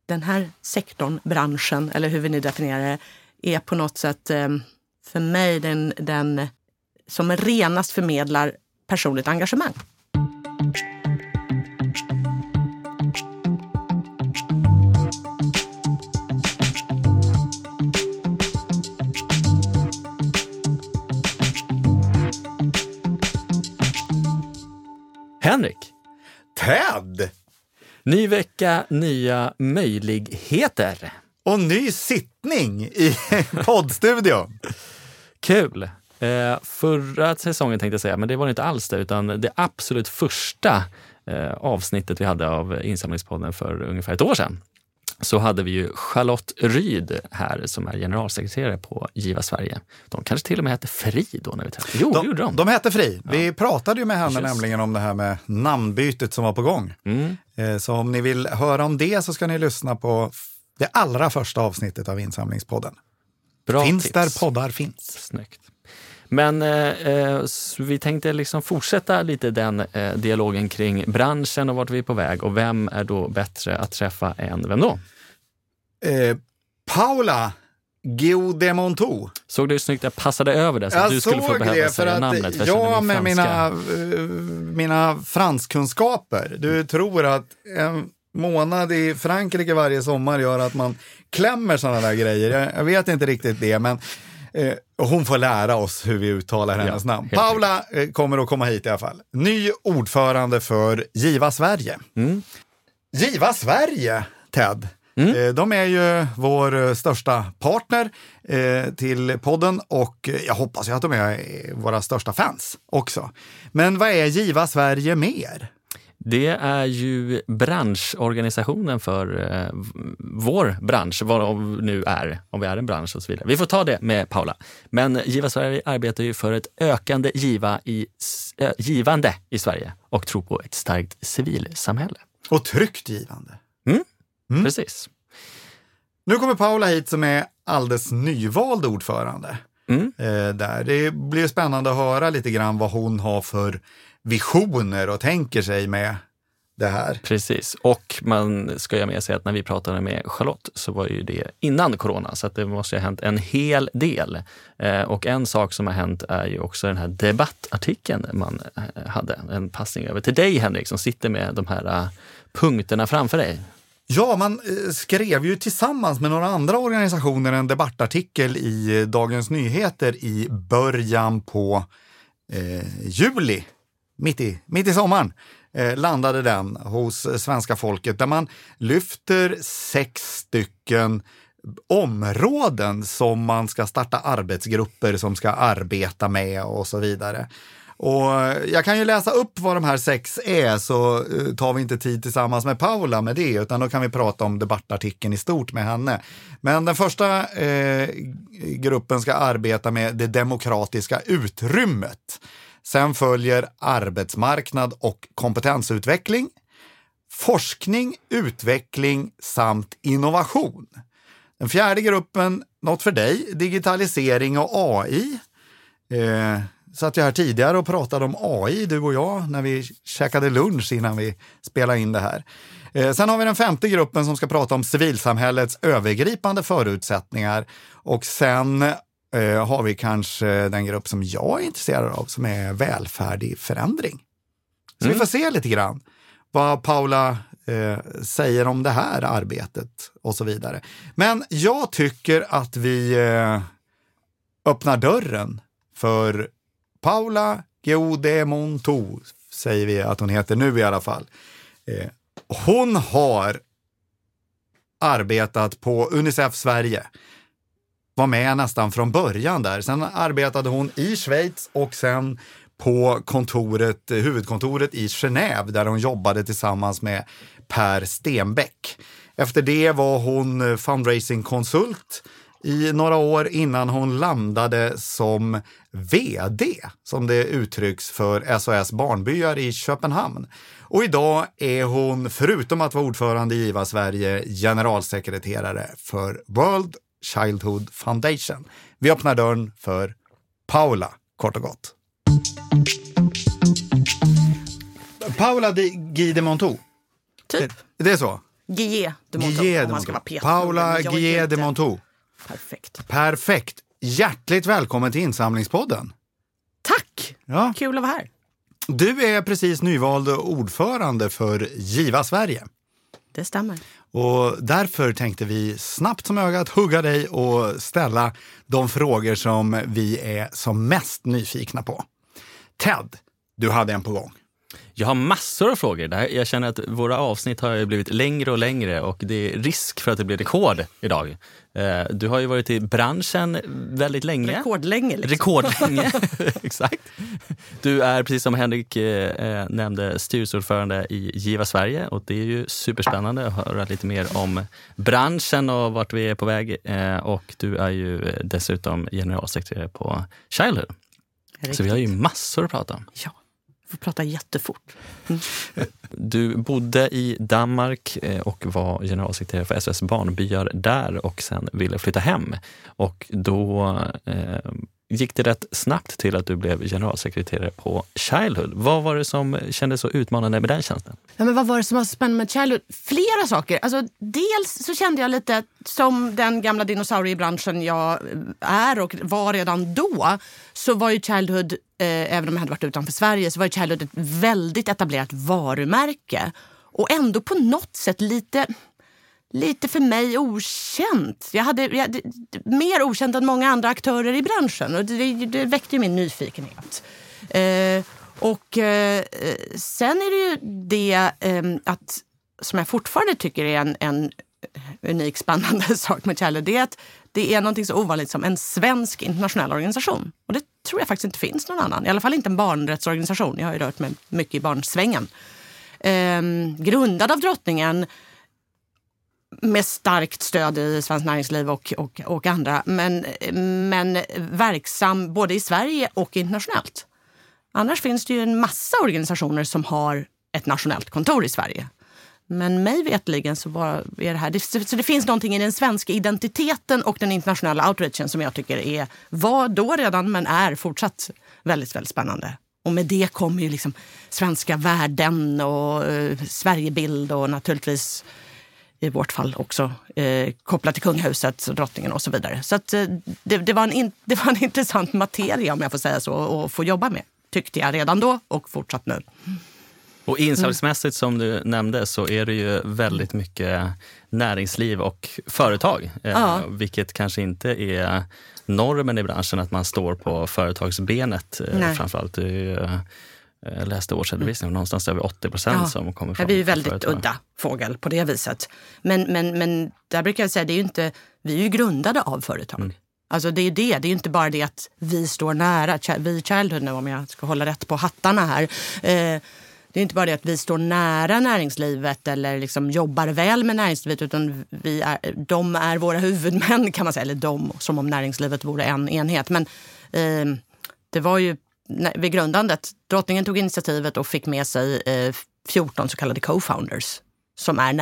den här sektorn, branschen, eller hur vi nu definierar det, är på något sätt för mig den som renast förmedlar personligt engagemang. Henrik. Ted! Ny vecka, nya möjligheter. Och ny sittning i poddstudion. Kul. Förra säsongen tänkte jag säga, men det var inte alls det, utan det absolut första avsnittet vi hade av Insamlingspodden för ungefär ett år sedan. Så hade vi ju Charlotte Ryd här som är generalsekreterare på Giva Sverige. De kanske till och med hette Fri då när vi träffade. Jo, gjorde de. De hette Fri. Ja. Vi pratade ju med henne nämligen om det här med namnbytet som var på gång. Så om ni vill höra om det så ska ni lyssna på det allra första avsnittet av Insamlingspodden. Bra finns tips. Där poddar finns. Snyggt. Men vi tänkte liksom fortsätta lite den dialogen kring branschen och vart vi är på väg. Och vem är då bättre att träffa än vem då? Paula Guidemontou. Såg du hur snyggt jag passade över det? Så att du skulle få behöva säga namnet. För jag med mina franskkunskaper. Du tror att en månad i Frankrike varje sommar gör att man klämmer sådana där grejer. Jag vet inte riktigt det, men hon får lära oss hur vi uttalar hennes namn. Paula kommer att komma hit i alla fall. Ny ordförande för Giva Sverige. Giva Sverige, Ted. De är ju vår största partner till podden och jag hoppas ju att de är våra största fans också. Men vad är Giva Sverige mer? Det är ju branschorganisationen för vår bransch, vad nu är, om vi är en bransch och så vidare. Vi får ta det med Paula. Men Giva Sverige arbetar ju för ett ökande givande i Sverige och tror på ett starkt civilsamhälle. Och tryggt givande. Precis. Nu kommer Paula hit som är alldeles nyvald ordförande. Där. Det blir spännande att höra lite grann vad hon har för visioner och tänker sig med det här. Precis, och man ska ju med sig att när vi pratade med Charlotte så var ju det innan corona, så att det måste ju ha hänt en hel del. Och en sak som har hänt är ju också den här debattartikeln man hade, en passning över till dig, Henrik, som sitter med de här punkterna framför dig. Ja, man skrev ju tillsammans med några andra organisationer en debattartikel i Dagens Nyheter i början på juli. Mitt i sommaren landade den hos svenska folket där man lyfter 6 stycken områden som man ska starta arbetsgrupper som ska arbeta med och så vidare. Och jag kan ju läsa upp vad de här 6 är, så tar vi inte tid tillsammans med Paula med det, utan då kan vi prata om debattartikeln i stort med henne. Men den första gruppen ska arbeta med det demokratiska utrymmet. Sen följer arbetsmarknad och kompetensutveckling, forskning, utveckling samt innovation. Den fjärde gruppen, något för dig, digitalisering och AI. Satt jag här tidigare och pratade om AI, du och jag, när vi käkade lunch innan vi spelade in det här. Sen har vi den 5:e gruppen som ska prata om civilsamhällets övergripande förutsättningar. Och sen har vi kanske den grupp som jag är intresserad av, som är välfärd i förändring. Så vi får se lite grann vad Paula säger om det här arbetet och så vidare. Men jag tycker att vi öppnar dörren för Paula Guidemontou, säger vi att hon heter nu i alla fall. Hon har arbetat på Unicef Sverige. Var med nästan från början där. Sen arbetade hon i Schweiz och sen på huvudkontoret i Genève där hon jobbade tillsammans med Per Stenbeck. Efter det var hon fundraising-konsult i några år innan hon landade som vd, som det uttrycks för SOS Barnbyar i Köpenhamn. Och idag är hon, förutom att vara ordförande i Giva Sverige, generalsekreterare för World Childhood Foundation. Vi öppnar dörren för Paula, kort och gott. Paula Guidemontou. Typ. Det är så? Guillet de Montaut, om man ska vara petig. Paula Guillet de Montaut. Perfekt. Hjärtligt välkommen till Insamlingspodden. Tack! Ja. Kul att vara här. Du är precis nyvald ordförande för Giva Sverige. Det stämmer. Och därför tänkte vi snabbt som ögat hugga dig och ställa de frågor som vi är som mest nyfikna på. Ted, du hade en på gång. Jag har massor av frågor. Jag känner att våra avsnitt har blivit längre och längre och det är risk för att det blir rekord idag. Du har ju varit i branschen väldigt länge. Rekordlänge, exakt. Du är, precis som Henrik nämnde, styrelseordförande i Giva Sverige och det är ju superspännande att höra lite mer om branschen och vart vi är på väg. Och du är ju dessutom generalsekreterare på Childhood. Riktigt. Så vi har ju massor att prata om. Ja. Får prata jättefort. Du bodde i Danmark och var generalsekreterare för SOS Barnbyar där och sen ville flytta hem. Och då gick det rätt snabbt till att du blev generalsekreterare på Childhood. Vad var det som kändes så utmanande med den tjänsten? Ja, men vad var det som var spännande med Childhood? Flera saker. Alltså, dels så kände jag lite som den gamla dinosauriebranschen jag är och var redan då, så var ju Childhood, även om jag hade varit utanför Sverige, så var ju Childhood ett väldigt etablerat varumärke. Och ändå på något sätt lite för mig okänt. Jag hade mer okänt än många andra aktörer i branschen och det väckte ju min nyfikenhet. Sen är det ju det att, som jag fortfarande tycker är en unik spännande sak med Childhood, det är att det är någonting så ovanligt som en svensk internationell organisation. Och det tror jag faktiskt inte finns någon annan. I alla fall inte en barnrättsorganisation. Jag har ju rört mig mycket i barnsvängen. Grundad av drottningen med starkt stöd i Svenskt Näringsliv och andra. Men verksam både i Sverige och internationellt. Annars finns det ju en massa organisationer som har ett nationellt kontor i Sverige. Men mig vetligen så är det här. Så det finns någonting i den svenska identiteten och den internationella outreachen som jag tycker var då redan men är fortsatt väldigt, väldigt spännande. Och med det kommer ju liksom svenska värden och Sverigebild och naturligtvis i vårt fall också kopplat till kungahuset och drottningen och så vidare. Så att, det var en intressant materia, om jag får säga så, att få jobba med. Tyckte jag redan då och fortsatt nu. Och insatsmässigt som du nämnde så är det ju väldigt mycket näringsliv och företag. Vilket kanske inte är normen i branschen att man står på företagsbenet framförallt. Jag läste årsredovisningen någonstans över 80% som kommer från. Vi är ju väldigt udda fågel på det viset. Men där brukar jag säga, vi är ju grundade av företag. Alltså det är ju inte bara det att vi står nära, vi Childhood nu, om jag ska hålla rätt på hattarna här. Det är inte bara det att vi står nära näringslivet eller liksom jobbar väl med näringslivet, utan de är våra huvudmän, kan man säga. Eller de, som om näringslivet vore en enhet. Men det var ju vid grundandet, drottningen tog initiativet och fick med sig 14 så kallade co-founders som är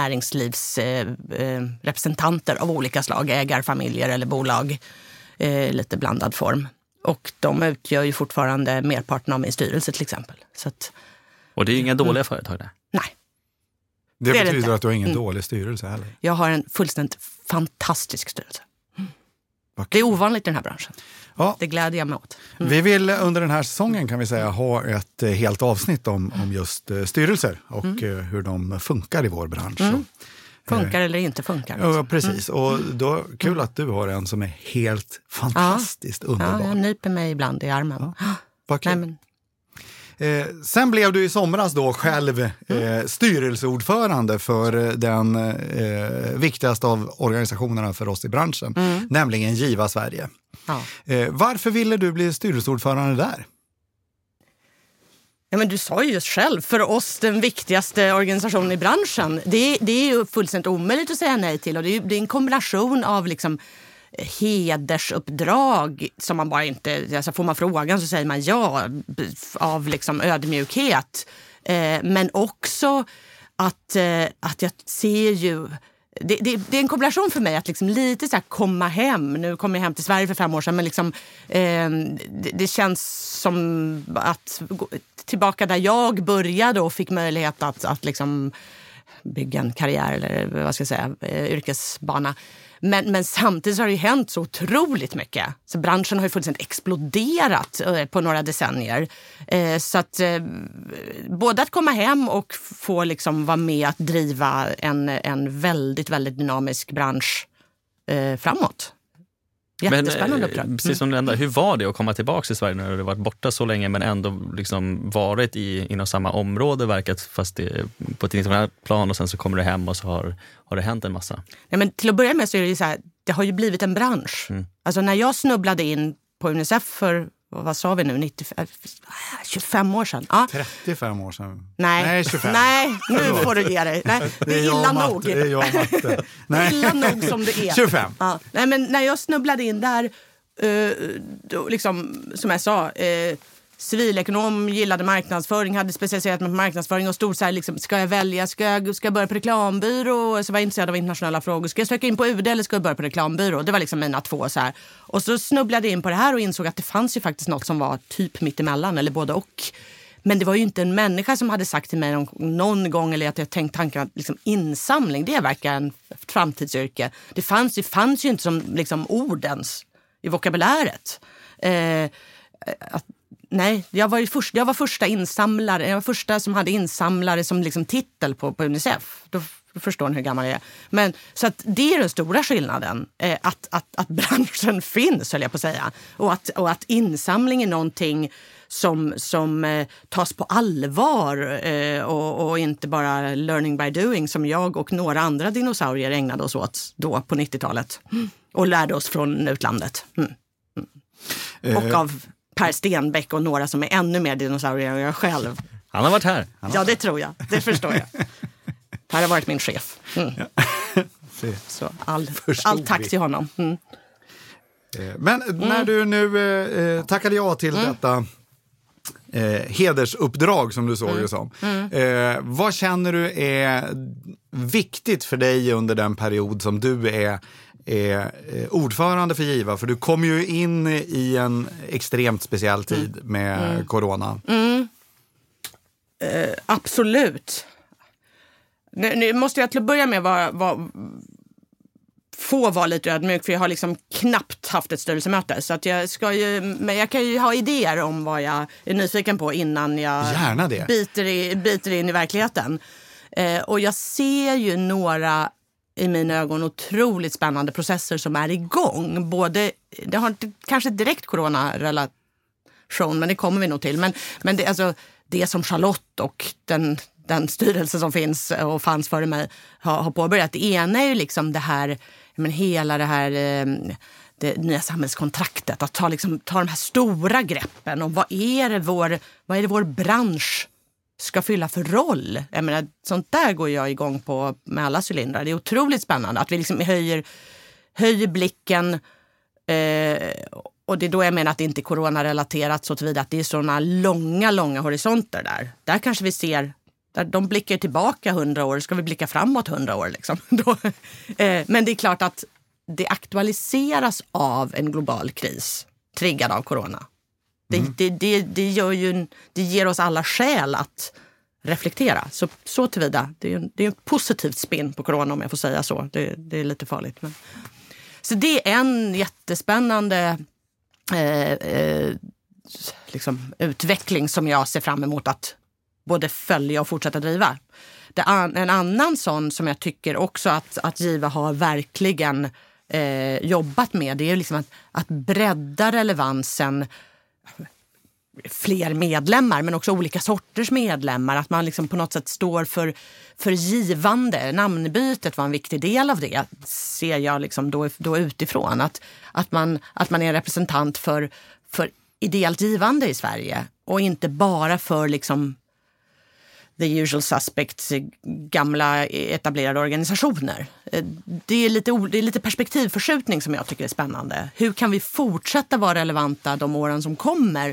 näringslivsrepresentanter av olika slag, ägarfamiljer eller bolag, lite blandad form. Och de utgör ju fortfarande merparten av min styrelse till exempel. Så att, och det är ju inga dåliga företag där. Nej. Det betyder att du har ingen dålig styrelse heller. Jag har en fullständigt fantastisk styrelse. Det är ovanligt i den här branschen. Ja. Det gläder jag mig åt. Vi vill under den här säsongen, kan vi säga, ha ett helt avsnitt om just styrelser och hur de funkar i vår bransch. Funkar eller inte funkar. Ja, precis. Och då kul att du har en som är helt fantastiskt underbar. Ja, jag nyper mig ibland i armen. Ja. Vad kul. Sen blev du i somras då själv styrelseordförande för den viktigaste av organisationerna för oss i branschen, nämligen Giva Sverige. Ja. Varför ville du bli styrelseordförande där? Ja, men du sa ju just själv, för oss den viktigaste organisationen i branschen. Det är ju fullständigt omöjligt att säga nej till. Och det är en kombination av liksom hedersuppdrag som man bara inte... Alltså får man frågan så säger man ja, av liksom ödmjukhet. Men också att jag ser ju... Det är en kombination för mig att liksom lite så här komma hem. Nu kom jag hem till Sverige för 5 år sedan, men liksom, det känns som att gå tillbaka där jag började och fick möjlighet att liksom bygga en karriär eller vad ska jag säga, yrkesbana. Men samtidigt har det ju hänt så otroligt mycket. Så branschen har ju fullständigt exploderat på några decennier. Så att både att komma hem och få liksom vara med att driva en väldigt, väldigt dynamisk bransch framåt. Jättespännande uppdrag. Precis som det hur var det att komma tillbaka till Sverige när du varit borta så länge men ändå liksom varit inom samma område, verkat fast på ett internationellt plan, och sen så kommer du hem och så har det hänt en massa? Ja, men till att börja med så är det ju så här, det har ju blivit en bransch. Alltså när jag snubblade in på UNICEF för, vad sa vi nu, 25 år sedan. Ja. 35 år sedan. Nej 25. Nej, nu får du ge dig. Nej, det är illa nog. Det är jag matte. Nej. Illa nog som det är. 25. Ja. Nej, men när jag snubblade in där, då, liksom, som jag sa, civilekonom, gillade marknadsföring, hade specialiserat mig på marknadsföring och stod så här, liksom, ska jag välja, ska jag börja på reklambyrå, så var jag intresserad av internationella frågor, ska jag söka in på UD eller ska jag börja på reklambyrå? Det var liksom mina två så här. Och så snubblade jag in på det här och insåg att det fanns ju faktiskt något som var typ mittemellan eller både och. Men det var ju inte en människa som hade sagt till mig någon gång, eller att jag tänkt tanken att liksom, insamling, det verkar en framtidsyrke. Det fanns ju inte som liksom, ordens i vokabuläret. Nej, jag var första insamlare. Jag var första som hade insamlare som liksom titel på UNICEF. Då förstår ni hur gammal jag är. Men, så att det är den stora skillnaden. Att branschen finns, höll jag på att säga. Och att insamling är någonting som tas på allvar och inte bara learning by doing som jag och några andra dinosaurier ägnade oss åt då på 90-talet. Och lärde oss från utlandet. Och av Per Stenbeck och några som är ännu mer dinosaurier än jag själv. Han har varit här. Ja, det tror jag. Det förstår jag. Per har varit min chef. Ja. Så all tack till honom. Men när du nu tackade ja till detta hedersuppdrag som du såg det som. Vad känner du är viktigt för dig under den period som du är ordförande för Giva? För du kom ju in i en extremt speciell tid med corona. Absolut. Nu måste jag till att börja med få vara lite ödmjuk, för jag har liksom knappt haft ett styrelsemöte. Så att men jag kan ju ha idéer om vad jag är nyfiken på innan jag biter in i verkligheten. Och jag ser ju några i mina ögon otroligt spännande processer som är igång. Det har inte kanske direkt coronarelation, men det kommer vi nog till. Men det som Charlotte och den styrelse som finns och fanns före mig har påbörjat. Det ena är ju liksom det här, hela det här det nya samhällskontraktet. Att ta de här stora greppen om vad är det vår bransch ska fylla för roll. Jag menar, sånt där går jag igång på med alla cylindrar. Det är otroligt spännande att vi liksom höjer blicken. Och det är då jag menar att det inte är coronarelaterat så tillvida att det är sådana långa horisonter där. Där kanske vi ser, där de blickar tillbaka 100 år, ska vi blicka framåt 100 år liksom. Men det är klart att det aktualiseras av en global kris triggad av corona. Det ger oss alla skäl att reflektera. Så tillvida. Det är en positivt spin på corona, om jag får säga så. Det är lite farligt. Men. Så det är en jättespännande utveckling som jag ser fram emot att både följa och fortsätta driva. En annan sån som jag tycker också att Giva har verkligen jobbat med, det är liksom att bredda relevansen, fler medlemmar men också olika sorters medlemmar, att man liksom på något sätt står för givande. Namnbytet var en viktig del av det, ser jag liksom då utifrån, att man är en representant för ideellt givande i Sverige och inte bara för liksom the usual suspects, gamla etablerade organisationer. Det är lite perspektivförskjutning som jag tycker är spännande. Hur kan vi fortsätta vara relevanta de åren som kommer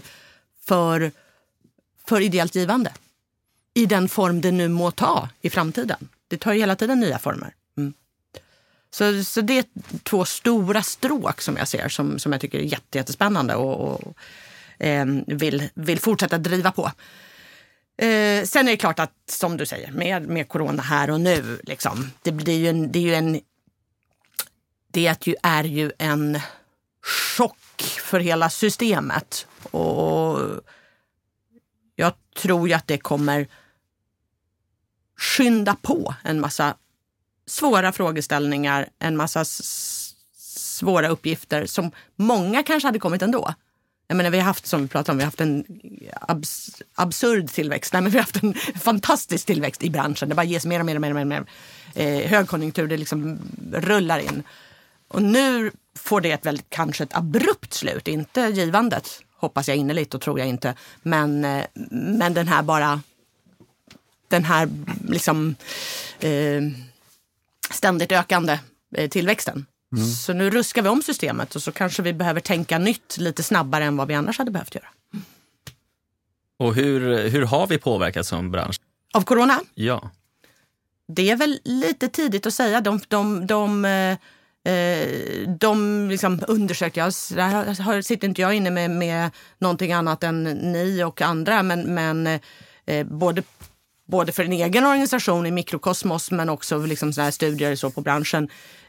för ideellt givande? I den form det nu må ta i framtiden. Det tar ju hela tiden nya former. Så det är 2 stora stråk som jag ser som jag tycker är jättespännande och vill fortsätta driva på. Sen är det klart att, som du säger, med corona här och nu, liksom, det är ju en chock för hela systemet. Och jag tror ju att det kommer skynda på en massa svåra frågeställningar, en massa svåra uppgifter som många kanske hade kommit ändå. Jag menar, vi har haft, som vi pratade om, vi har haft en absurd tillväxt. Nej, men vi har haft en fantastisk tillväxt i branschen. Det bara ges mer och mer. Högkonjunktur, det liksom rullar in. Och nu får det kanske ett abrupt slut. Inte givandet, hoppas jag innerligt och tror jag inte. Men den här liksom ständigt ökande tillväxten. Så nu ruskar vi om systemet och så kanske vi behöver tänka nytt lite snabbare än vad vi annars hade behövt göra. Och hur har vi påverkats som bransch? Av corona? Ja. Det är väl lite tidigt att säga. De liksom undersöker, sitter inte jag inne med någonting annat än ni och andra, men både för en egen organisation i mikrokosmos, men också liksom så här studier så på branschen,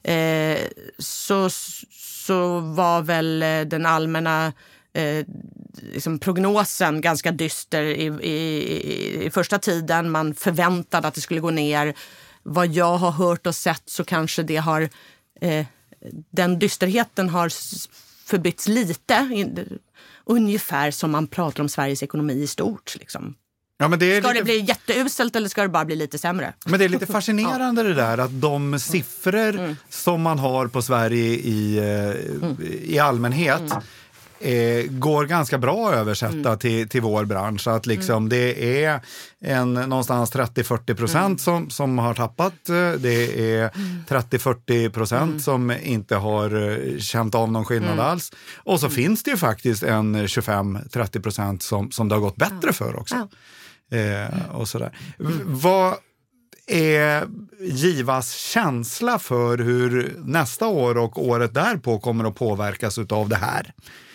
så var väl den allmänna liksom prognosen ganska dyster i första tiden. Man förväntade att det skulle gå ner. Vad jag har hört och sett så kanske det har den dysterheten har förbytts lite, ungefär som man pratar om Sveriges ekonomi i stort liksom. Ja, men ska det bli jätteuselt eller ska det bara bli lite sämre? Men det är lite fascinerande det där att de siffror som man har på Sverige i allmänhet går ganska bra att översätta till vår bransch. Att liksom det är någonstans 30-40% som har tappat. Det är 30-40% som inte har känt av någon skillnad alls. Och så finns det ju faktiskt en 25-30% som det har gått bättre för också. Och sådär. Vad är Givas känsla för hur nästa år och året därpå kommer att påverkas av det här?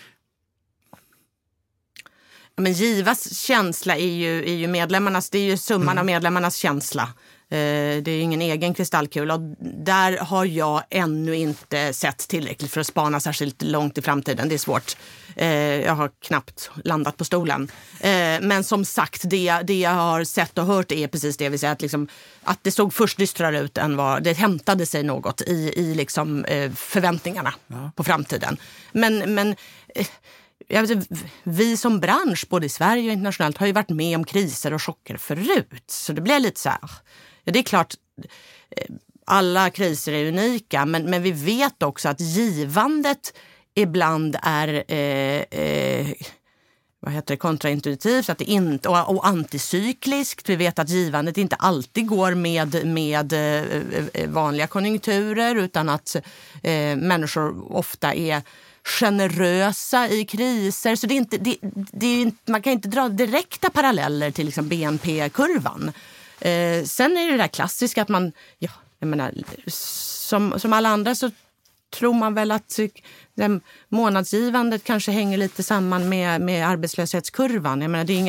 Men Givas känsla är ju medlemmarnas, det är ju summan av medlemmarnas känsla. Det är ju ingen egen kristallkula och där har jag ännu inte sett tillräckligt för att spana särskilt långt i framtiden. Det är svårt. Jag har knappt landat på stolen. Men som sagt, det jag har sett och hört är precis det vi säger, att, liksom, att det såg först dystrare ut än vad det hämtade sig något i liksom, förväntningarna på framtiden. Men jag vet, vi som bransch, både i Sverige och internationellt, har ju varit med om kriser och chocker förut. Så det blir lite så här, ja, det är klart, alla kriser är unika, men vi vet också att givandet ibland är kontraintuitivt, att det inte, och anticykliskt. Vi vet att givandet inte alltid går med vanliga konjunkturer, utan att människor ofta är generösa i kriser. Så man kan inte dra direkta paralleller till liksom BNP-kurvan. Sen är det där klassiska att man, ja, jag menar, som alla andra så tror man väl att månadsgivandet kanske hänger lite samman med arbetslöshetskurvan. Jag menar, det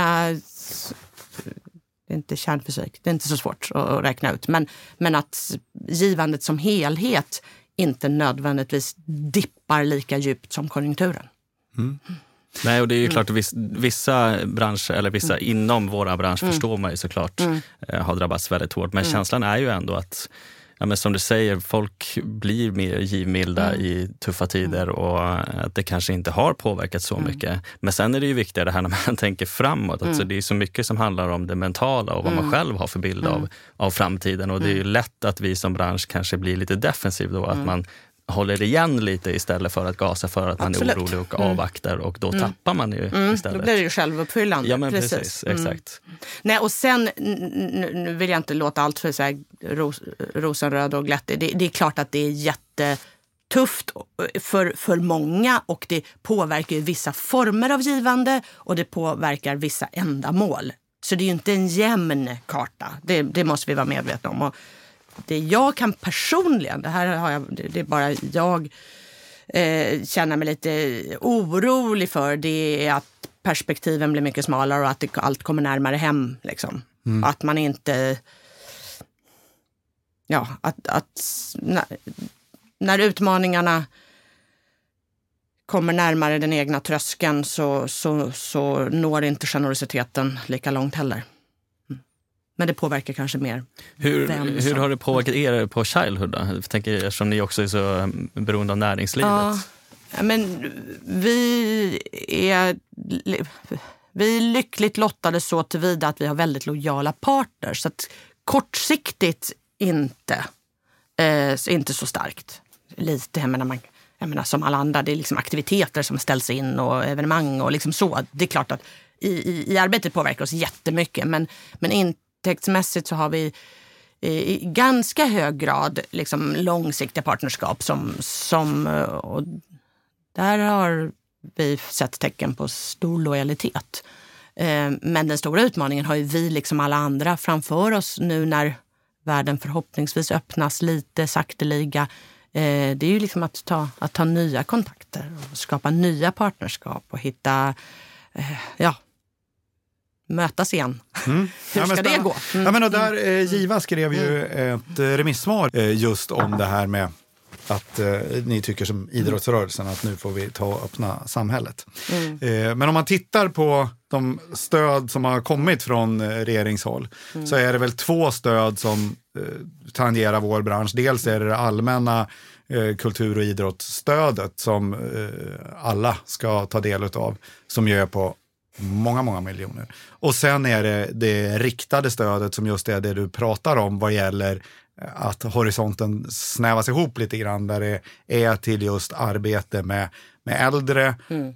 är inte kärnfysik. Det är inte så svårt att räkna ut. Men att givandet som helhet inte nödvändigtvis dippar lika djupt som konjunkturen. Nej, och det är ju klart att vissa branscher, eller vissa inom våra bransch förstår man ju såklart har drabbats väldigt hårt. Men känslan är ju ändå att, ja, men som du säger, folk blir mer givmilda i tuffa tider och att det kanske inte har påverkat så mycket. Men sen är det ju viktigare det här när man tänker framåt. Alltså det är så mycket som handlar om det mentala och vad man själv har för bild av framtiden. Och det är ju lätt att vi som bransch kanske blir lite defensiv då, att man håller igen lite istället för att gasa för att man är orolig och avvaktar, och då tappar man ju istället. Då blir det ju självuppfyllande. Ja, men precis exakt. Nej, och sen, nu vill jag inte låta allt för så här rosenröd och glättig. Det är klart att det är jättetufft för många, och det påverkar ju vissa former av givande och det påverkar vissa ändamål. Så det är ju inte en jämn karta. Det måste vi vara medvetna om. Och det jag kan personligen, det är bara jag känner mig lite orolig för, det är att perspektiven blir mycket smalare och att allt kommer närmare hem. Liksom. Att man inte... Ja, när utmaningarna kommer närmare den egna tröskeln så når inte generositeten lika långt heller. Men det påverkar kanske mer. Hur har det påverkat er på Childhood då? Jag tänker, eftersom ni också är så beroende av näringslivet. Ja, men vi är lyckligt lottade så tillvida att vi har väldigt lojala partners. Så att kortsiktigt inte så starkt. Lite, jag menar, som alla andra, det är liksom aktiviteter som ställs in och evenemang och liksom så. Det är klart att i arbetet påverkar oss jättemycket, men intäktsmässigt så har vi i ganska hög grad liksom långsiktiga partnerskap som och där har vi sett tecken på stor lojalitet. Men den stora utmaningen har ju vi liksom alla andra framför oss nu när världen förhoppningsvis öppnas lite sakteliga. Det är ju liksom att ta nya kontakter och skapa nya partnerskap och hitta, mötas igen. Hur ska det gå? Ja, men och där, Giva skrev ju ett remissvar just om det här med att ni tycker som idrottsrörelsen att nu får vi ta och öppna samhället. Men om man tittar på de stöd som har kommit från regeringshåll så är det väl 2 stöd som tangerar vår bransch. Dels är det allmänna kultur- och idrottsstödet som alla ska ta del av, som gör på många miljoner. Och sen är det riktade stödet som just är det du pratar om vad gäller att horisonten snävas ihop lite grann, där det är till just arbete med äldre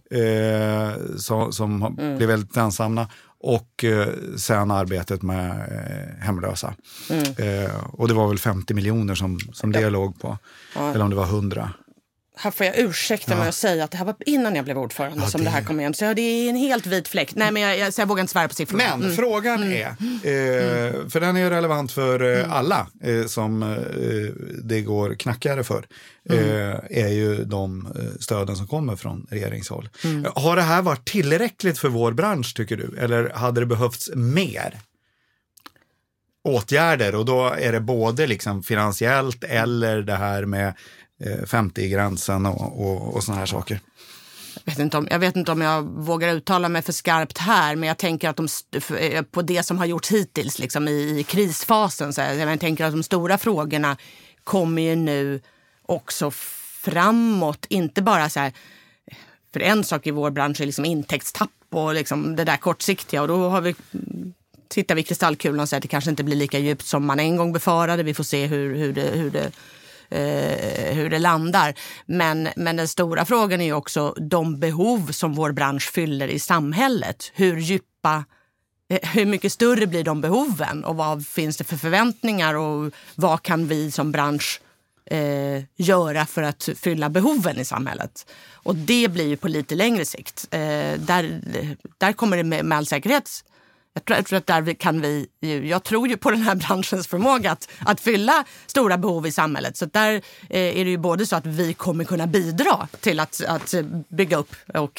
som blir väldigt ensamma och sen arbetet med hemlösa. Och det var väl 50 miljoner som det låg på, eller om det var 100. Här får jag ursäkta mig att säga att det här var innan jag blev ordförande som det här kom igen. Så det är en helt vit fläck. Nej, men jag vågar inte svära på siffrorna. Men frågan är, för den är relevant för alla som det går knackare för, är ju de stöden som kommer från regeringshåll. Har det här varit tillräckligt för vår bransch, tycker du? Eller hade det behövts mer åtgärder? Och då är det både liksom finansiellt eller det här med 50-gränsen och såna här saker. Jag vet inte om jag vågar uttala mig för skarpt här, men jag tänker att på det som har gjorts hittills liksom i krisfasen, så jag tänker att de stora frågorna kommer ju nu också framåt, inte bara så här, för en sak i vår bransch är liksom intäktstapp och liksom det där kortsiktiga, och då tittar vi i kristallkulan och säger att det kanske inte blir lika djupt som man en gång befarade. Vi får se hur det landar. Men den stora frågan är ju också de behov som vår bransch fyller i samhället. Hur mycket större blir de behoven och vad finns det för förväntningar och vad kan vi som bransch göra för att fylla behoven i samhället? Och det blir ju på lite längre sikt. Där kommer det med all säkerhet. Jag tror att jag tror ju på den här branschens förmåga att fylla stora behov i samhället. Så där är det ju både så att vi kommer kunna bidra till att bygga upp och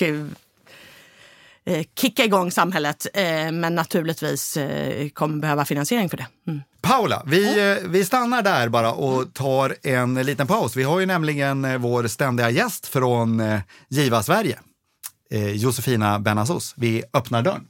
kicka igång samhället. Men naturligtvis kommer behöva finansiering för det. Paula, vi stannar där bara och tar en liten paus. Vi har ju nämligen vår ständiga gäst från Giva Sverige, Josefina Benasos. Vi öppnar dörren.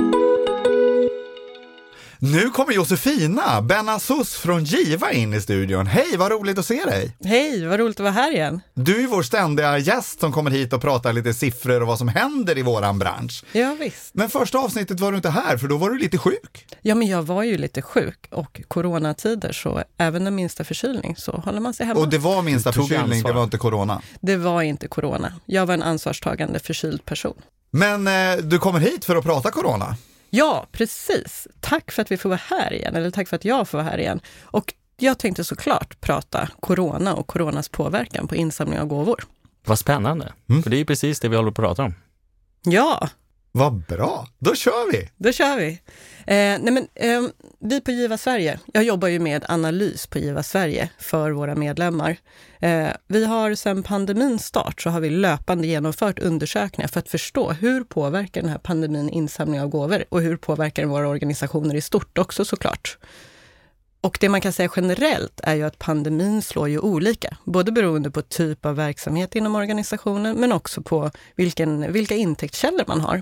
Nu kommer Josefina Benasos från Giva in i studion. Hej, vad roligt att se dig. Hej, vad roligt att vara här igen. Du är vår ständiga gäst som kommer hit och pratar lite siffror och vad som händer i våran bransch. Ja, visst. Men första avsnittet var du inte här, för då var du lite sjuk. Ja, men jag var ju lite sjuk, och coronatider, så även den minsta förkylning så håller man sig hemma. Och det var minsta förkylning, det var inte corona? Det var inte corona. Jag var en ansvarstagande förkyld person. Men du kommer hit för att prata corona? Ja, precis. Tack för att vi får vara här igen, eller tack för att jag får vara här igen. Och jag tänkte såklart prata corona och coronas påverkan på insamling av gåvor. Vad spännande, för det är ju precis det vi håller på att prata om. Ja. Vad bra, då kör vi! Då kör vi! Vi på Giva Sverige, jag jobbar ju med analys på Giva Sverige för våra medlemmar. Vi har sedan pandemins start så har vi löpande genomfört undersökningar för att förstå hur påverkar den här pandemin insamling av gåvor och hur påverkar den våra organisationer i stort också såklart. Och det man kan säga generellt är ju att pandemin slår ju olika, både beroende på typ av verksamhet inom organisationen men också på vilka intäktskällor man har.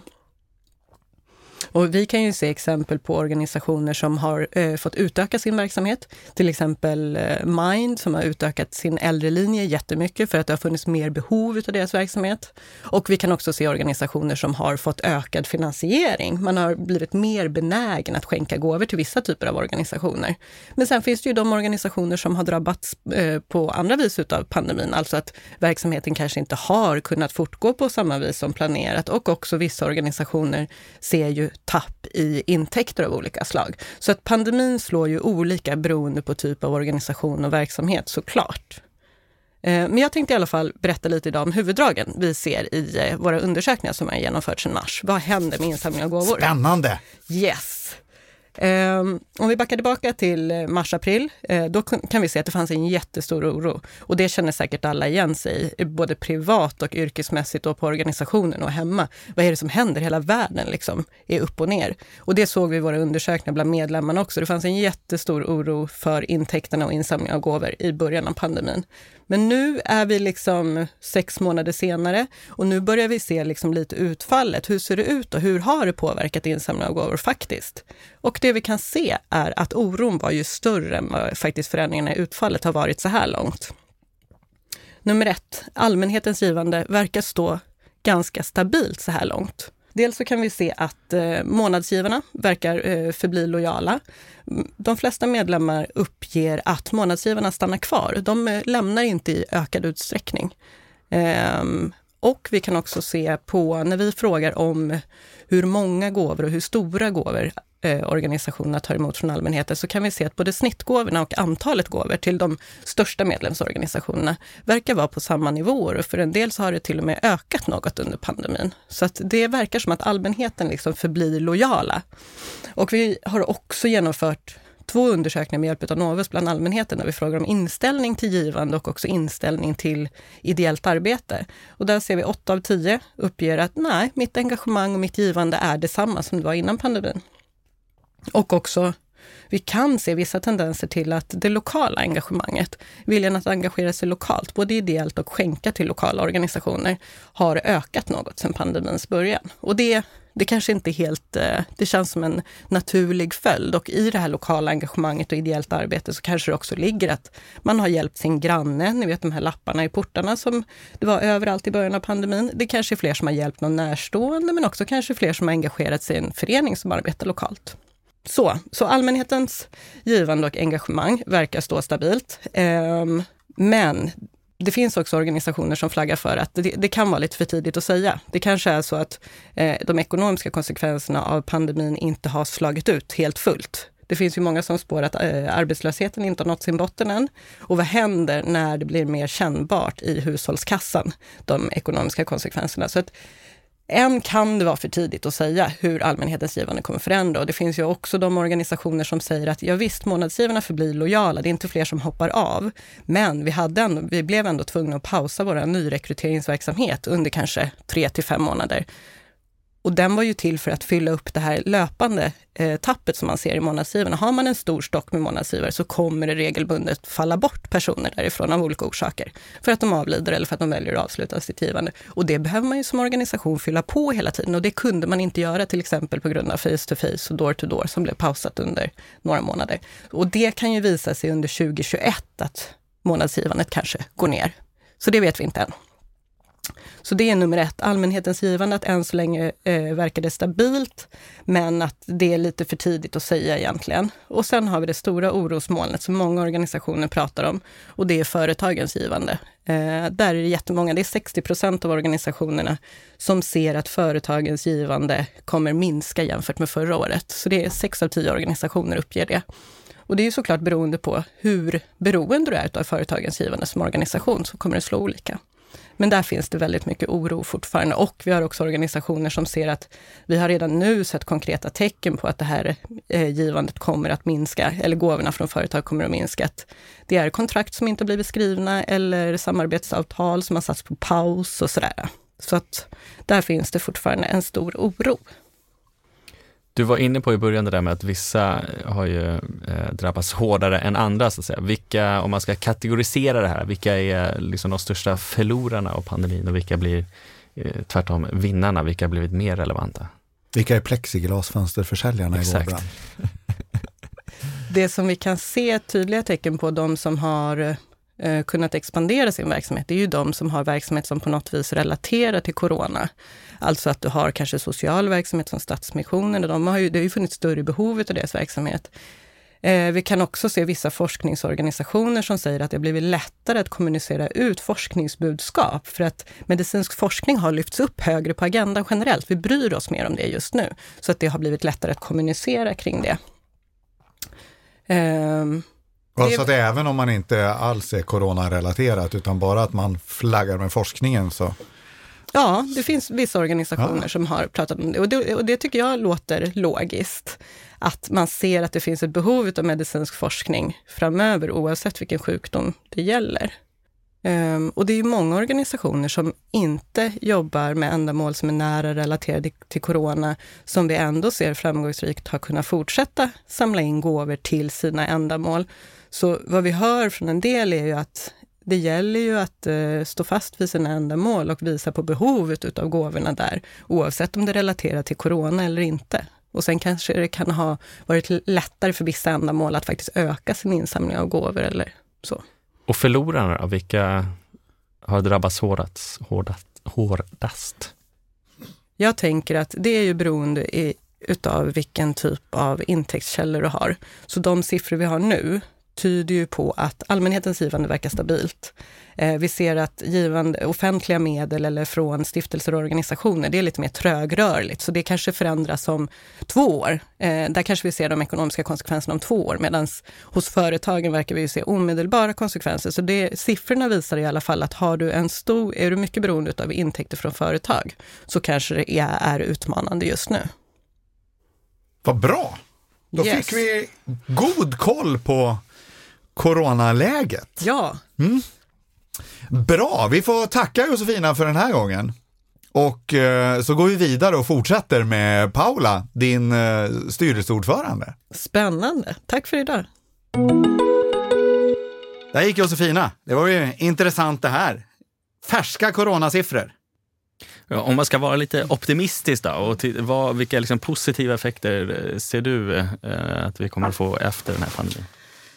Och vi kan ju se exempel på organisationer som har fått utöka sin verksamhet. Till exempel Mind som har utökat sin äldrelinje jättemycket för att det har funnits mer behov av deras verksamhet. Och vi kan också se organisationer som har fått ökad finansiering. Man har blivit mer benägen att skänka gåvor till vissa typer av organisationer. Men sen finns det ju de organisationer som har drabbats på andra vis utav pandemin. Alltså att verksamheten kanske inte har kunnat fortgå på samma vis som planerat. Och också vissa organisationer ser ju tapp i intäkter av olika slag. Så att pandemin slår ju olika beroende på typ av organisation och verksamhet såklart. Men jag tänkte i alla fall berätta lite idag om huvuddragen vi ser i våra undersökningar som har genomförts sedan mars. Vad händer med insamling av gåvor? Spännande! Yes! Om vi backar tillbaka till mars-april, då kan vi se att det fanns en jättestor oro. Och det känner säkert alla igen sig, både privat och yrkesmässigt och på organisationen och hemma. Vad är det som händer? Hela världen liksom är upp och ner. Och det såg vi i våra undersökningar bland medlemmarna också. Det fanns en jättestor oro för intäkterna och insamling av gåvor i början av pandemin. Men nu är vi liksom 6 månader senare och nu börjar vi se liksom lite utfallet. Hur ser det ut och hur har det påverkat insamling av gåvor faktiskt? Och det vi kan se är att oron var ju större än vad faktiskt förändringarna i utfallet har varit så här långt. Nummer 1. Allmänhetens givande verkar stå ganska stabilt så här långt. Dels så kan vi se att månadsgivarna verkar förbli lojala. De flesta medlemmar uppger att månadsgivarna stannar kvar. De lämnar inte i ökad utsträckning. Och vi kan också se på när vi frågar om hur många gåvor och hur stora gåvor organisationerna tar emot från allmänheten så kan vi se att både snittgåvorna och antalet gåvor till de största medlemsorganisationerna verkar vara på samma nivåer och för en del så har det till och med ökat något under pandemin. Så att det verkar som att allmänheten liksom förblir lojala. Och vi har också genomfört 2 undersökningar med hjälp av Novus bland allmänheten där vi frågar om inställning till givande och också inställning till ideellt arbete. Och där ser vi 8 av 10 uppger att nej, mitt engagemang och mitt givande är detsamma som det var innan pandemin. Och också, vi kan se vissa tendenser till att det lokala engagemanget, viljan att engagera sig lokalt, både ideellt och skänka till lokala organisationer, har ökat något sedan pandemins början. Och det kanske inte helt, det känns som en naturlig följd. Och i det här lokala engagemanget och ideellt arbete så kanske det också ligger att man har hjälpt sin granne. Ni vet de här lapparna i portarna som det var överallt i början av pandemin. Det kanske är fler som har hjälpt någon närstående men också kanske fler som har engagerat sig i en förening som arbetar lokalt. Så allmänhetens givande och engagemang verkar stå stabilt. Men det finns också organisationer som flaggar för att det kan vara lite för tidigt att säga. Det kanske är så att de ekonomiska konsekvenserna av pandemin inte har slagit ut helt fullt. Det finns ju många som spår att arbetslösheten inte har nått sin botten än. Och vad händer när det blir mer kännbart i hushållskassan, de ekonomiska konsekvenserna? Så att än kan det vara för tidigt att säga hur allmänhetens givande kommer förändra. Och det finns ju också de organisationer som säger att ja visst, månadsgivarna förblir lojala. Det är inte fler som hoppar av. Men vi blev ändå tvungna att pausa vår nyrekryteringsverksamhet under kanske 3 till 5 månader. Och den var ju till för att fylla upp det här löpande tappet som man ser i månadsgivarna. Har man en stor stock med månadsgivare så kommer det regelbundet falla bort personer därifrån av olika orsaker. För att de avlider eller för att de väljer att avsluta sitt givande. Och det behöver man ju som organisation fylla på hela tiden. Och det kunde man inte göra till exempel på grund av face-to-face och door-to-door som blev pausat under några månader. Och det kan ju visa sig under 2021 att månadsgivandet kanske går ner. Så det vet vi inte än. Så det är nummer 1, allmänhetens givande, att än så länge verkar det stabilt, men att det är lite för tidigt att säga egentligen. Och sen har vi det stora orosmolnet som många organisationer pratar om, och det är företagens givande. Där är det jättemånga, det är 60% av organisationerna som ser att företagens givande kommer minska jämfört med förra året. Så det är 6 av 10 organisationer uppger det. Och det är ju såklart beroende på hur beroende du är av företagens givande som organisation, så kommer det slå olika. Men där finns det väldigt mycket oro fortfarande, och vi har också organisationer som ser att vi har redan nu sett konkreta tecken på att det här givandet kommer att minska, eller gåvorna från företag kommer att minska. Att det är kontrakt som inte blivit skrivna eller samarbetsavtal som har satts på paus och sådär. Så att där finns det fortfarande en stor oro. Du var inne på i början det där med att vissa har ju drabbats hårdare än andra, så att säga. Vilka, om man ska kategorisera det här, vilka är liksom de största förlorarna av pandemin och vilka blir tvärtom vinnarna, vilka har blivit mer relevanta? Vilka är plexiglasfönsterförsäljarna i vår bransch? Det som vi kan se tydliga tecken på, de som har kunnat expandera sin verksamhet, det är ju de som har verksamhet som på något vis relaterar till corona. Alltså att du har kanske social verksamhet som Stadsmissionen, och det har ju funnits större behov av deras verksamhet. Vi kan också se vissa forskningsorganisationer som säger att det har blivit lättare att kommunicera ut forskningsbudskap, för att medicinsk forskning har lyfts upp högre på agendan generellt. Vi bryr oss mer om det just nu, så att det har blivit lättare att kommunicera kring det. Så att även om man inte alls är coronarelaterat utan bara att man flaggar med forskningen så... Ja, det finns vissa organisationer som har pratat om det. Och det tycker jag låter logiskt. Att man ser att det finns ett behov av medicinsk forskning framöver oavsett vilken sjukdom det gäller. Och det är ju många organisationer som inte jobbar med ändamål som är nära relaterade till corona, som vi ändå ser framgångsrikt har kunnat fortsätta samla in gåvor till sina ändamål. Så vad vi hör från en del är ju att det gäller ju att stå fast vid sina ändamål och visa på behovet utav gåvorna där, oavsett om det relaterar till corona eller inte. Och sen kanske det kan ha varit lättare för vissa ändamål att faktiskt öka sin insamling av gåvor eller så. Och förlorarna av vilka har drabbats hårdast? Jag tänker att det är ju beroende utav vilken typ av intäktskällor du har. Så de siffror vi har nu tyder ju på att allmänhetens givande verkar stabilt. Vi ser att givande offentliga medel eller från stiftelser och organisationer, det är lite mer trögrörligt. Så det kanske förändras om 2 år. Där kanske vi ser de ekonomiska konsekvenserna om 2 år. Medan hos företagen verkar vi ju se omedelbara konsekvenser. Så siffrorna visar i alla fall att är du mycket beroende av intäkter från företag, så kanske det är utmanande just nu. Vad bra! Då fick vi god koll på coronaläget. Ja. Bra, vi får tacka Josefina för den här gången. Och så går vi vidare och fortsätter med Paula, din styrelseordförande. Spännande, tack för idag. Där gick Josefina, det var ju intressant det här. Färska coronasiffror. Ja, om man ska vara lite optimistisk då, och vilka liksom positiva effekter ser du att vi kommer att få efter den här pandemin?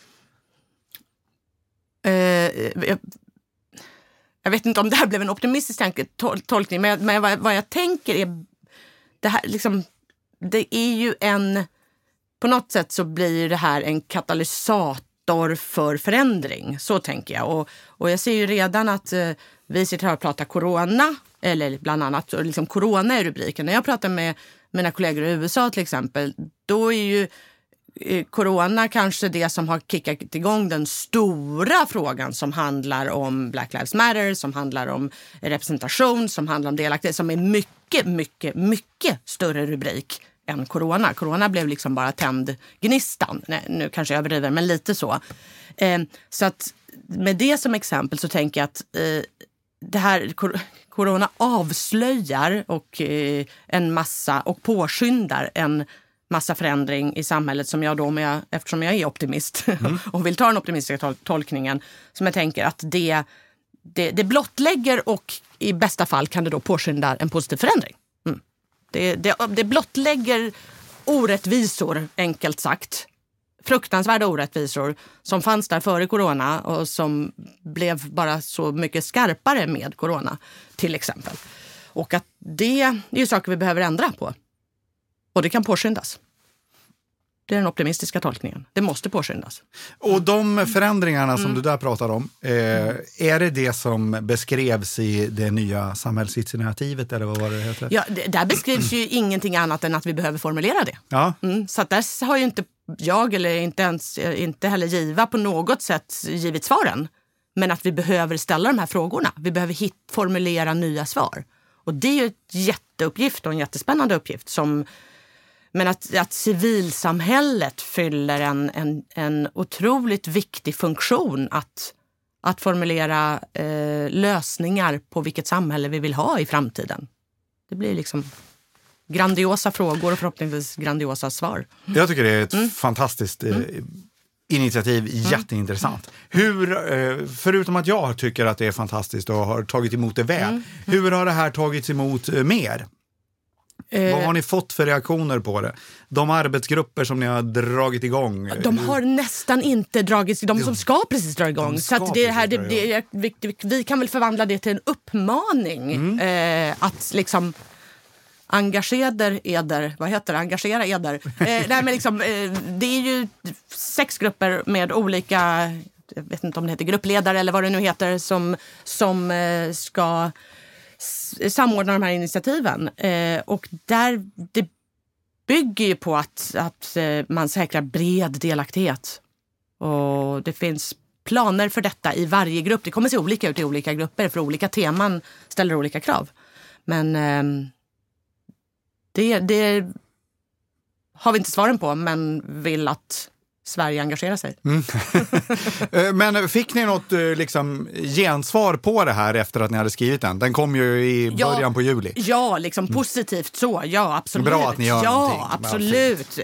Jag vet inte om det här blev en optimistisk tolkning, men vad jag tänker är det här liksom, det är ju på något sätt så blir det här en katalysator för förändring, så tänker jag. Och jag ser ju redan att vi sitter här och pratar corona, eller bland annat liksom corona är rubriken. När jag pratar med mina kollegor i USA till exempel, då är ju corona kanske det som har kickat igång den stora frågan som handlar om Black Lives Matter, som handlar om representation, som handlar om delaktighet, som är mycket, mycket, mycket större rubrik än corona. Corona blev liksom bara tändgnistan. Nej, nu kanske jag överdriver, men lite så. Så att med det som exempel så tänker jag att det här corona avslöjar en massa och påskyndar en massa förändring i samhället som jag då, eftersom jag är optimist och vill ta den optimistiska tolkningen, som jag tänker att det blottlägger och i bästa fall kan det då påskynda en positiv förändring. Det blottlägger orättvisor, enkelt sagt. Fruktansvärda orättvisor som fanns där före corona och som blev bara så mycket skarpare med corona till exempel. Och att det är ju saker vi behöver ändra på. Och det kan påskyndas. Det är den optimistiska tolkningen. Det måste påskyndas. Och de förändringarna som du där pratar om, är det som beskrevs i det nya samhällsinitiativet eller vad var det heter? Ja, där beskrivs ju ingenting annat än att vi behöver formulera det. Ja. Så att där har ju inte jag eller inte heller Giva på något sätt givit svaren. Men att vi behöver ställa de här frågorna. Vi behöver formulera nya svar. Och det är ju ett jätteuppgift och en jättespännande uppgift. Men att civilsamhället fyller en otroligt viktig funktion att formulera lösningar på vilket samhälle vi vill ha i framtiden. Det blir liksom grandiosa frågor och förhoppningsvis grandiosa svar. Jag tycker det är ett fantastiskt initiativ, jätteintressant. Hur, förutom att jag tycker att det är fantastiskt och har tagit emot det väl, hur har det här tagits emot mer? Vad har ni fått för reaktioner på det? De arbetsgrupper som ni har dragit igång? De har nästan inte dragits, de som ska precis dra igång. Så att vi kan väl förvandla det till en uppmaning att liksom engagera eder. Nej, men liksom, det är ju 6 grupper med olika, jag vet inte om det heter gruppledare eller vad det nu heter, som ska samordna de här initiativen. Och där det bygger ju på att man säkrar bred delaktighet. Och det finns planer för detta i varje grupp. Det kommer se olika ut i olika grupper, för olika teman ställer olika krav. Men det har vi inte svaren på, men vill att Sverige engagerar sig. Men fick ni något liksom gensvar på det här efter att ni hade skrivit den? Den kom ju i början på juli. Ja, liksom positivt så. Ja, absolut. Bra att ni gör någonting. Ja, absolut.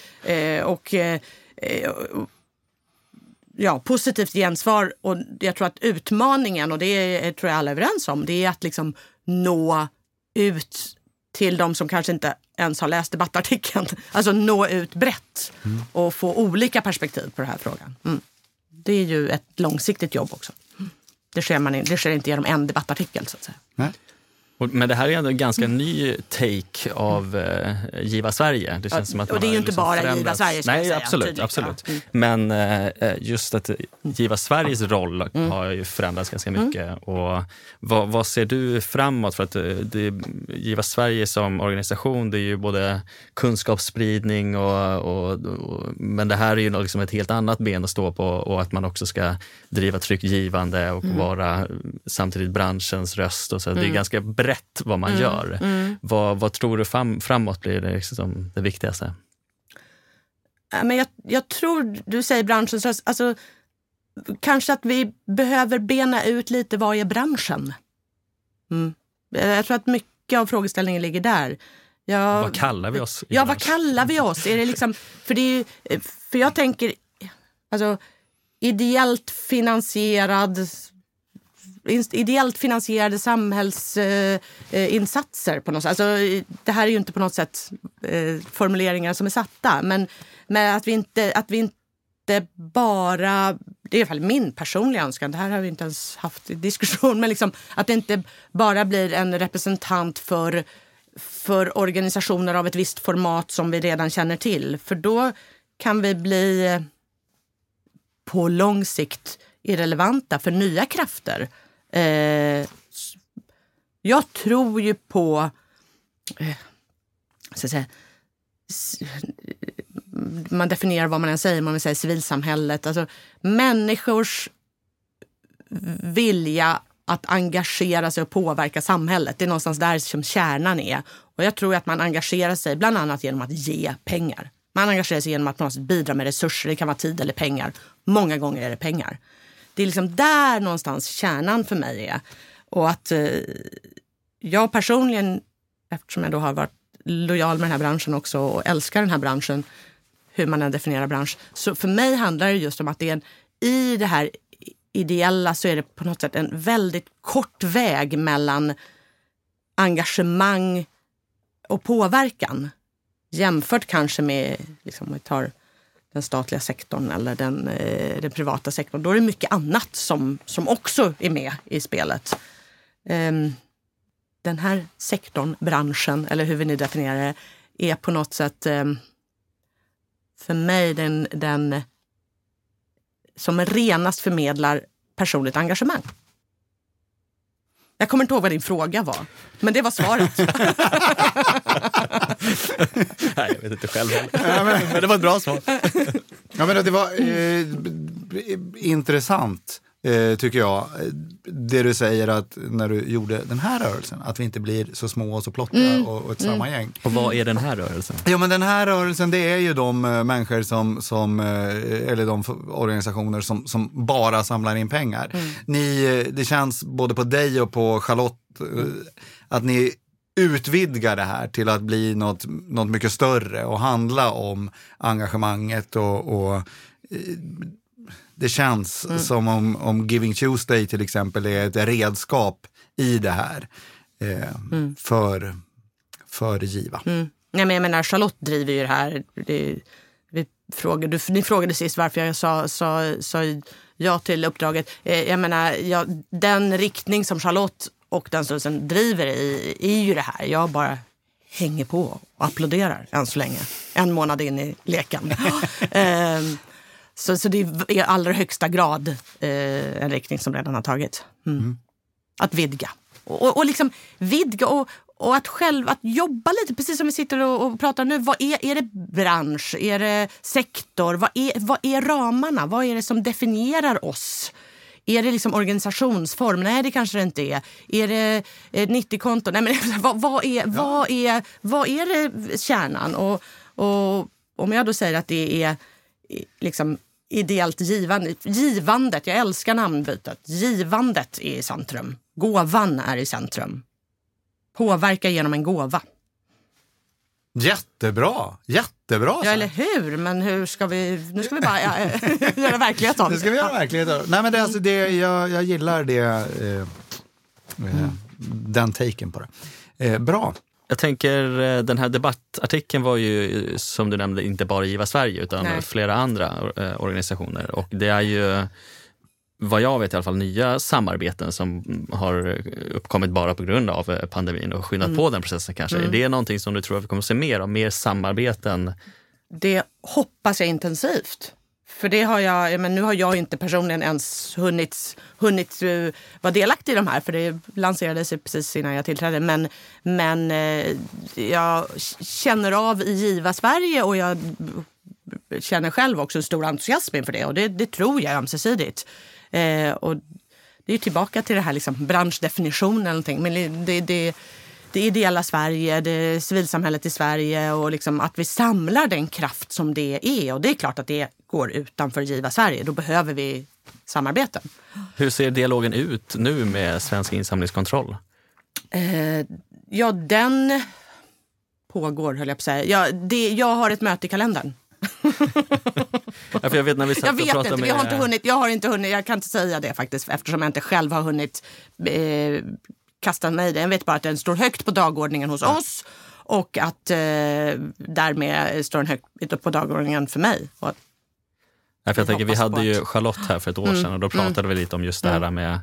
Positivt gensvar. Och jag tror att utmaningen, och det tror jag alla är överens om, det är att liksom nå ut till de som kanske inte ens har läst debattartikeln. Alltså nå ut brett och få olika perspektiv på den här frågan. Det är ju ett långsiktigt jobb också. Det sker inte genom en debattartikel så att säga. Nej. Men det här är ändå en ganska ny take av Giva Sverige. Det känns som att och det är ju inte liksom bara Giva Sverige. Nej, absolut. Men just att Giva Sveriges roll har ju förändrats ganska mycket. Och vad ser du framåt? För att Giva Sverige som organisation, det är ju både kunskapsspridning men det här är ju liksom ett helt annat ben att stå på, och att man också ska driva tryckgivande och vara samtidigt branschens röst. Och så. Det är ganska brett vad man gör. Vad tror du framåt blir det, liksom det viktigaste? Men jag tror, du säger branschens röst, alltså kanske att vi behöver bena ut lite vad är branschen. Jag tror att mycket av frågeställningen ligger där. Vad kallar vi oss? Vad kallar vi oss? Är det liksom, för jag tänker alltså ideellt finansierade samhällsinsatser på något sätt. Alltså, det här är ju inte på något sätt formuleringar som är satta, men att vi inte bara, det är i alla fall min personliga önskan, det här har vi inte ens haft i diskussion, men liksom, att det inte bara blir en representant för organisationer av ett visst format som vi redan känner till, för då kan vi bli på lång sikt irrelevanta för nya krafter. Jag tror ju på så att säga, man definierar vad man än säger, man vill säga civilsamhället, alltså människors vilja att engagera sig och påverka samhället, det är någonstans där som kärnan är. Och jag tror att man engagerar sig bland annat genom att ge pengar. Man engagerar sig genom att på något sätt bidra med resurser, det kan vara tid eller pengar. Många gånger är det pengar. Det är liksom där någonstans kärnan för mig är. Och att jag personligen, eftersom jag då har varit lojal med den här branschen också och älskar den här branschen, hur man än definierar bransch, så för mig handlar det just om att det är i det här ideella så är det på något sätt en väldigt kort väg mellan engagemang och påverkan. Jämfört kanske med, liksom, om vi tar den statliga sektorn eller den privata sektorn, då är det mycket annat som också är med i spelet. Den här sektorn, branschen, eller hur vi nu definierar det, är på något sätt för mig den som renast förmedlar personligt engagemang. Jag kommer inte ihåg vad din fråga var, men det var svaret. Nej, jag vet inte själv. Men det var ett bra svar. Ja, men det var intressant. tycker jag. Det du säger att när du gjorde den här rörelsen, att vi inte blir så små och så plotta och ett samma gäng. Och vad är den här rörelsen? Ja, men den här rörelsen, det är ju de människor eller de organisationer som bara samlar in pengar. Det känns både på dig och på Charlotte att ni utvidgar det här till att bli något mycket större och handla om engagemanget och det känns som om Giving Tuesday till exempel är ett redskap i det här för Giva. Nej, men jag menar, Charlotte driver ju det här. Ni frågade sist varför jag sa ja till uppdraget. Jag menar, den riktning som Charlotte och den styrelsen driver i är ju det här. Jag bara hänger på och applåderar än så länge. 1 månad in i leken. Så det är i allra högsta grad en riktning som redan har tagit. Att vidga. Och liksom vidga och att jobba lite, precis som vi sitter och pratar nu. Vad är det bransch? Är det sektor? Vad är ramarna? Vad är det som definierar oss? Är det liksom organisationsform? Nej, det kanske det inte är. Är det 90-konton? Nej, men vad är det kärnan? Och om jag då säger att det är liksom ideellt givandet, jag älskar namnbytet. Givandet är i centrum. Gåvan är i centrum. Påverka genom en gåva. Jättebra. Ja, eller hur? Men hur ska vi... Nu ska vi bara göra verklighet av det. Nu ska vi göra verklighet av det. Nej, men jag gillar det. Den taken på det. Bra. Jag tänker, den här debattartikeln var ju, som du nämnde, inte bara Giva Sverige utan flera andra organisationer. Och det är ju, vad jag vet i alla fall, nya samarbeten som har uppkommit bara på grund av pandemin och skyndat på den processen kanske. Är det någonting som du tror att vi kommer att se mer av? Mer samarbeten? Det hoppas jag intensivt. För det har men nu har jag inte personligen ens hunnit vara delaktig i de här, för det lanserades precis innan jag tillträdde. Men jag känner av i Giva Sverige och jag känner själv också en stor entusiasm inför det. Och det tror jag är ömsesidigt. Och det är tillbaka till det här liksom branschdefinitionen eller någonting. Men det ideella Sverige, det civilsamhället i Sverige och liksom att vi samlar den kraft som det är. Och det är klart att det går utanför Giva Sverige. Då behöver vi samarbeten. Hur ser dialogen ut nu med Svensk insamlingskontroll? Den pågår, höll jag på att säga. Jag har ett möte i kalendern. För jag vet när vi satt och pratade med... Jag har inte hunnit, jag kan inte säga det faktiskt, eftersom jag inte själv har hunnit kasta mig i det. Jag vet bara att den står högt på dagordningen hos oss och att därmed står den högt på dagordningen för mig. Och jag tänker, vi hade ju Charlotte här för ett år sedan och då pratade vi lite om just det här med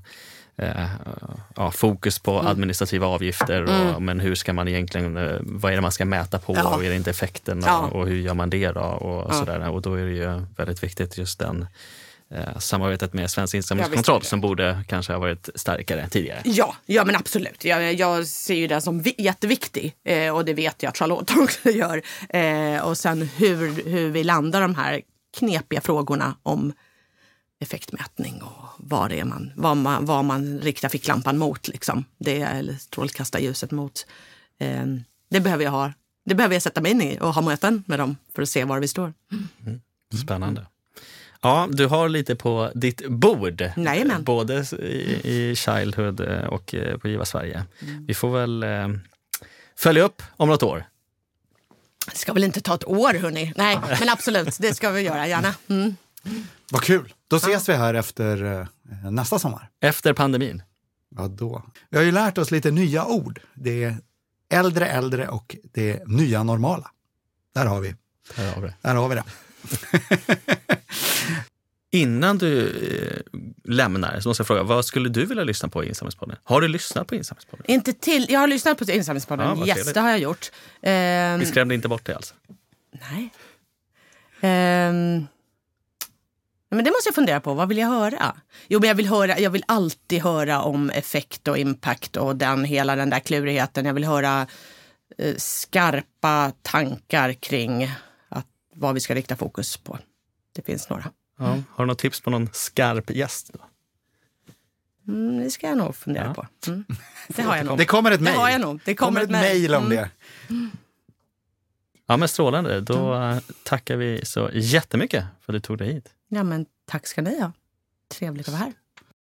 fokus på administrativa avgifter och men hur ska man egentligen, vad är det man ska mäta på och är det inte effekten och hur gör man det då och sådär, och då är det ju väldigt viktigt just den samarbetet med Svensk insamlingskontroll som borde kanske ha varit starkare tidigare. Ja men absolut. Jag ser ju det som jätteviktig och det vet jag att Charlotte också gör. Och sen hur vi landar de här knepiga frågorna om effektmätning och vad man riktar ficklampan mot liksom. Eller strålkastarljuset mot. Det behöver jag sätta mig in i och ha möten med dem för att se var vi står. Spännande. Ja, du har lite på ditt bord. Jajamän. Både i Childhood och på Giva Sverige. Vi får väl följa upp om något år. Det ska väl inte ta ett år, hörni. Nej, men absolut, det ska vi göra, gärna. Vad kul. Då ses vi här efter nästa sommar. Efter pandemin. Ja, då. Vi har ju lärt oss lite nya ord. Det är äldre och det nya normala. Där har vi det. Innan du lämnar så måste jag fråga, vad skulle du vilja lyssna på i Insamlingspodden? Har du lyssnat på Insamlingspodden? Jag har lyssnat på Insamlingspodden. Ja, yes, det har jag gjort. Vi skrämde inte bort det alltså? Nej. Men det måste jag fundera på. Vad vill jag höra? Jo, men jag vill alltid höra om effekt och impact och hela den där klurigheten. Jag vill höra skarpa tankar kring vad vi ska rikta fokus på. Det finns några. Ja. Har du något tips på någon skarp gäst då? Det ska jag nog fundera på. Det har jag nog. Det kommer ett mejl. Det har jag nog. Det kommer ett mejl om det. Ja, men strålande. Då tackar vi så jättemycket för att du tog dig hit. Ja, men tack ska ni ha. Trevligt att vara här.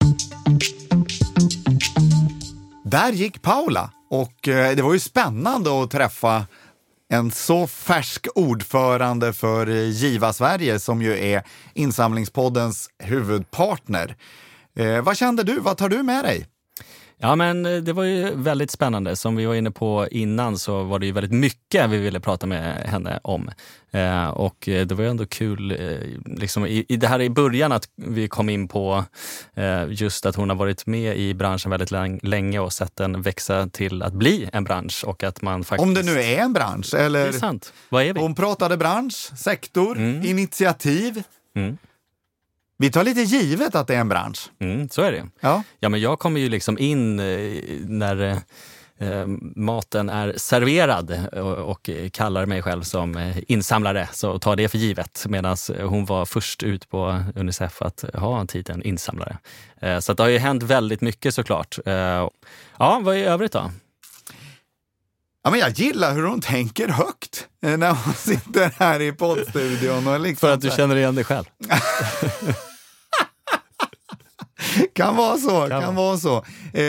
Där gick Paula och det var ju spännande att träffa en så färsk ordförande för Giva Sverige som ju är Insamlingspoddens huvudpartner. Vad kände du? Vad tar du med dig? Ja, men det var ju väldigt spännande. Som vi var inne på innan så var det ju väldigt mycket vi ville prata med henne om. Och det var ju ändå kul liksom i det här i början att vi kom in på just att hon har varit med i branschen väldigt länge och sett den växa till att bli en bransch. Och att man faktiskt... Om det nu är en bransch, eller... Det är sant. Vad är vi? Hon pratade bransch, sektor, initiativ. Vi tar lite givet att det är en bransch. Så är det. Ja, men jag kommer ju liksom in när maten är serverad och kallar mig själv som insamlare, så tar det för givet. Medan hon var först ut på Unicef att ha en titeln insamlare. Så att det har ju hänt väldigt mycket såklart. Ja, vad är övrigt då? Ja, men jag gillar hur hon tänker högt när hon sitter här i poddstudion. Och liksom för att du känner igen dig själv. Kan vara så.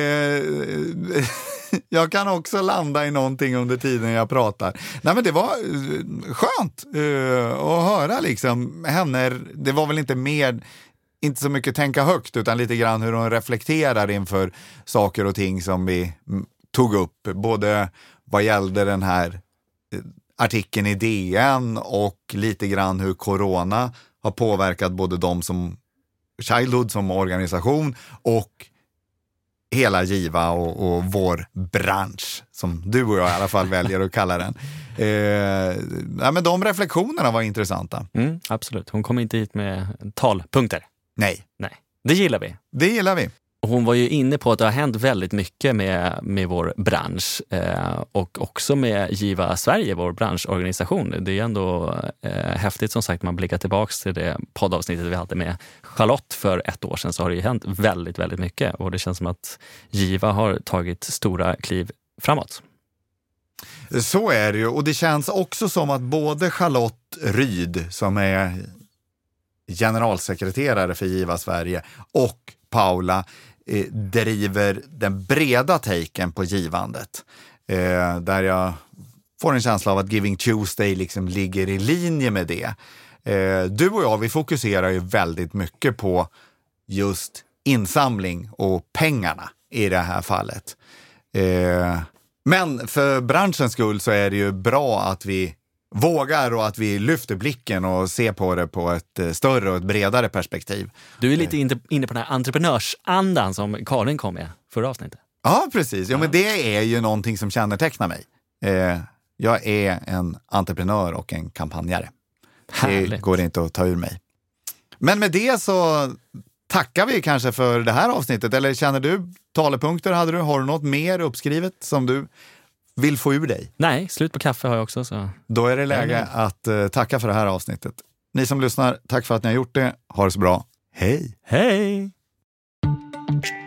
Jag kan också landa i någonting under tiden jag pratar. Nej, men det var skönt att höra liksom henne. Det var väl inte så mycket tänka högt, utan lite grann hur hon reflekterar inför saker och ting som vi tog upp. Både vad gällde den här artikeln i DN och lite grann hur corona har påverkat både de som Childhood som organisation och hela Giva och vår bransch, som du och jag i alla fall väljer att kalla den. Men de reflektionerna var intressanta. Absolut. Hon kom inte hit med talpunkter. Nej. Det gillar vi. Det gillar vi. Hon var ju inne på att det har hänt väldigt mycket med vår bransch och också med Giva Sverige, vår branschorganisation. Det är ändå häftigt som sagt, man blickar tillbaka till det poddavsnittet vi hade med Charlotte för 1 år sedan, så har det ju hänt väldigt, väldigt mycket. Och det känns som att Giva har tagit stora kliv framåt. Så är det ju, och det känns också som att både Charlotte Ryd som är generalsekreterare för Giva Sverige och Paula driver den breda taken på givandet. Där jag får en känsla av att Giving Tuesday liksom ligger i linje med det. Du och jag, vi fokuserar ju väldigt mycket på just insamling och pengarna i det här fallet. Men för branschens skull så är det ju bra att vi vågar och att vi lyfter blicken och ser på det på ett större och ett bredare perspektiv. Du är lite inne på den här entreprenörsandan som Karin kom med förra avsnittet. Ja, precis. Ja, men det är ju någonting som kännetecknar mig. Jag är en entreprenör och en kampanjare. Härligt. Det går inte att ta ur mig. Men med det så tackar vi kanske för det här avsnittet. Eller känner du talepunkter? Har du något mer uppskrivet som du vill få ur dig? Nej, slut på kaffe har jag också. Så. Då är det läge att tacka för det här avsnittet. Ni som lyssnar, tack för att ni har gjort det. Ha det så bra. Hej! Hej!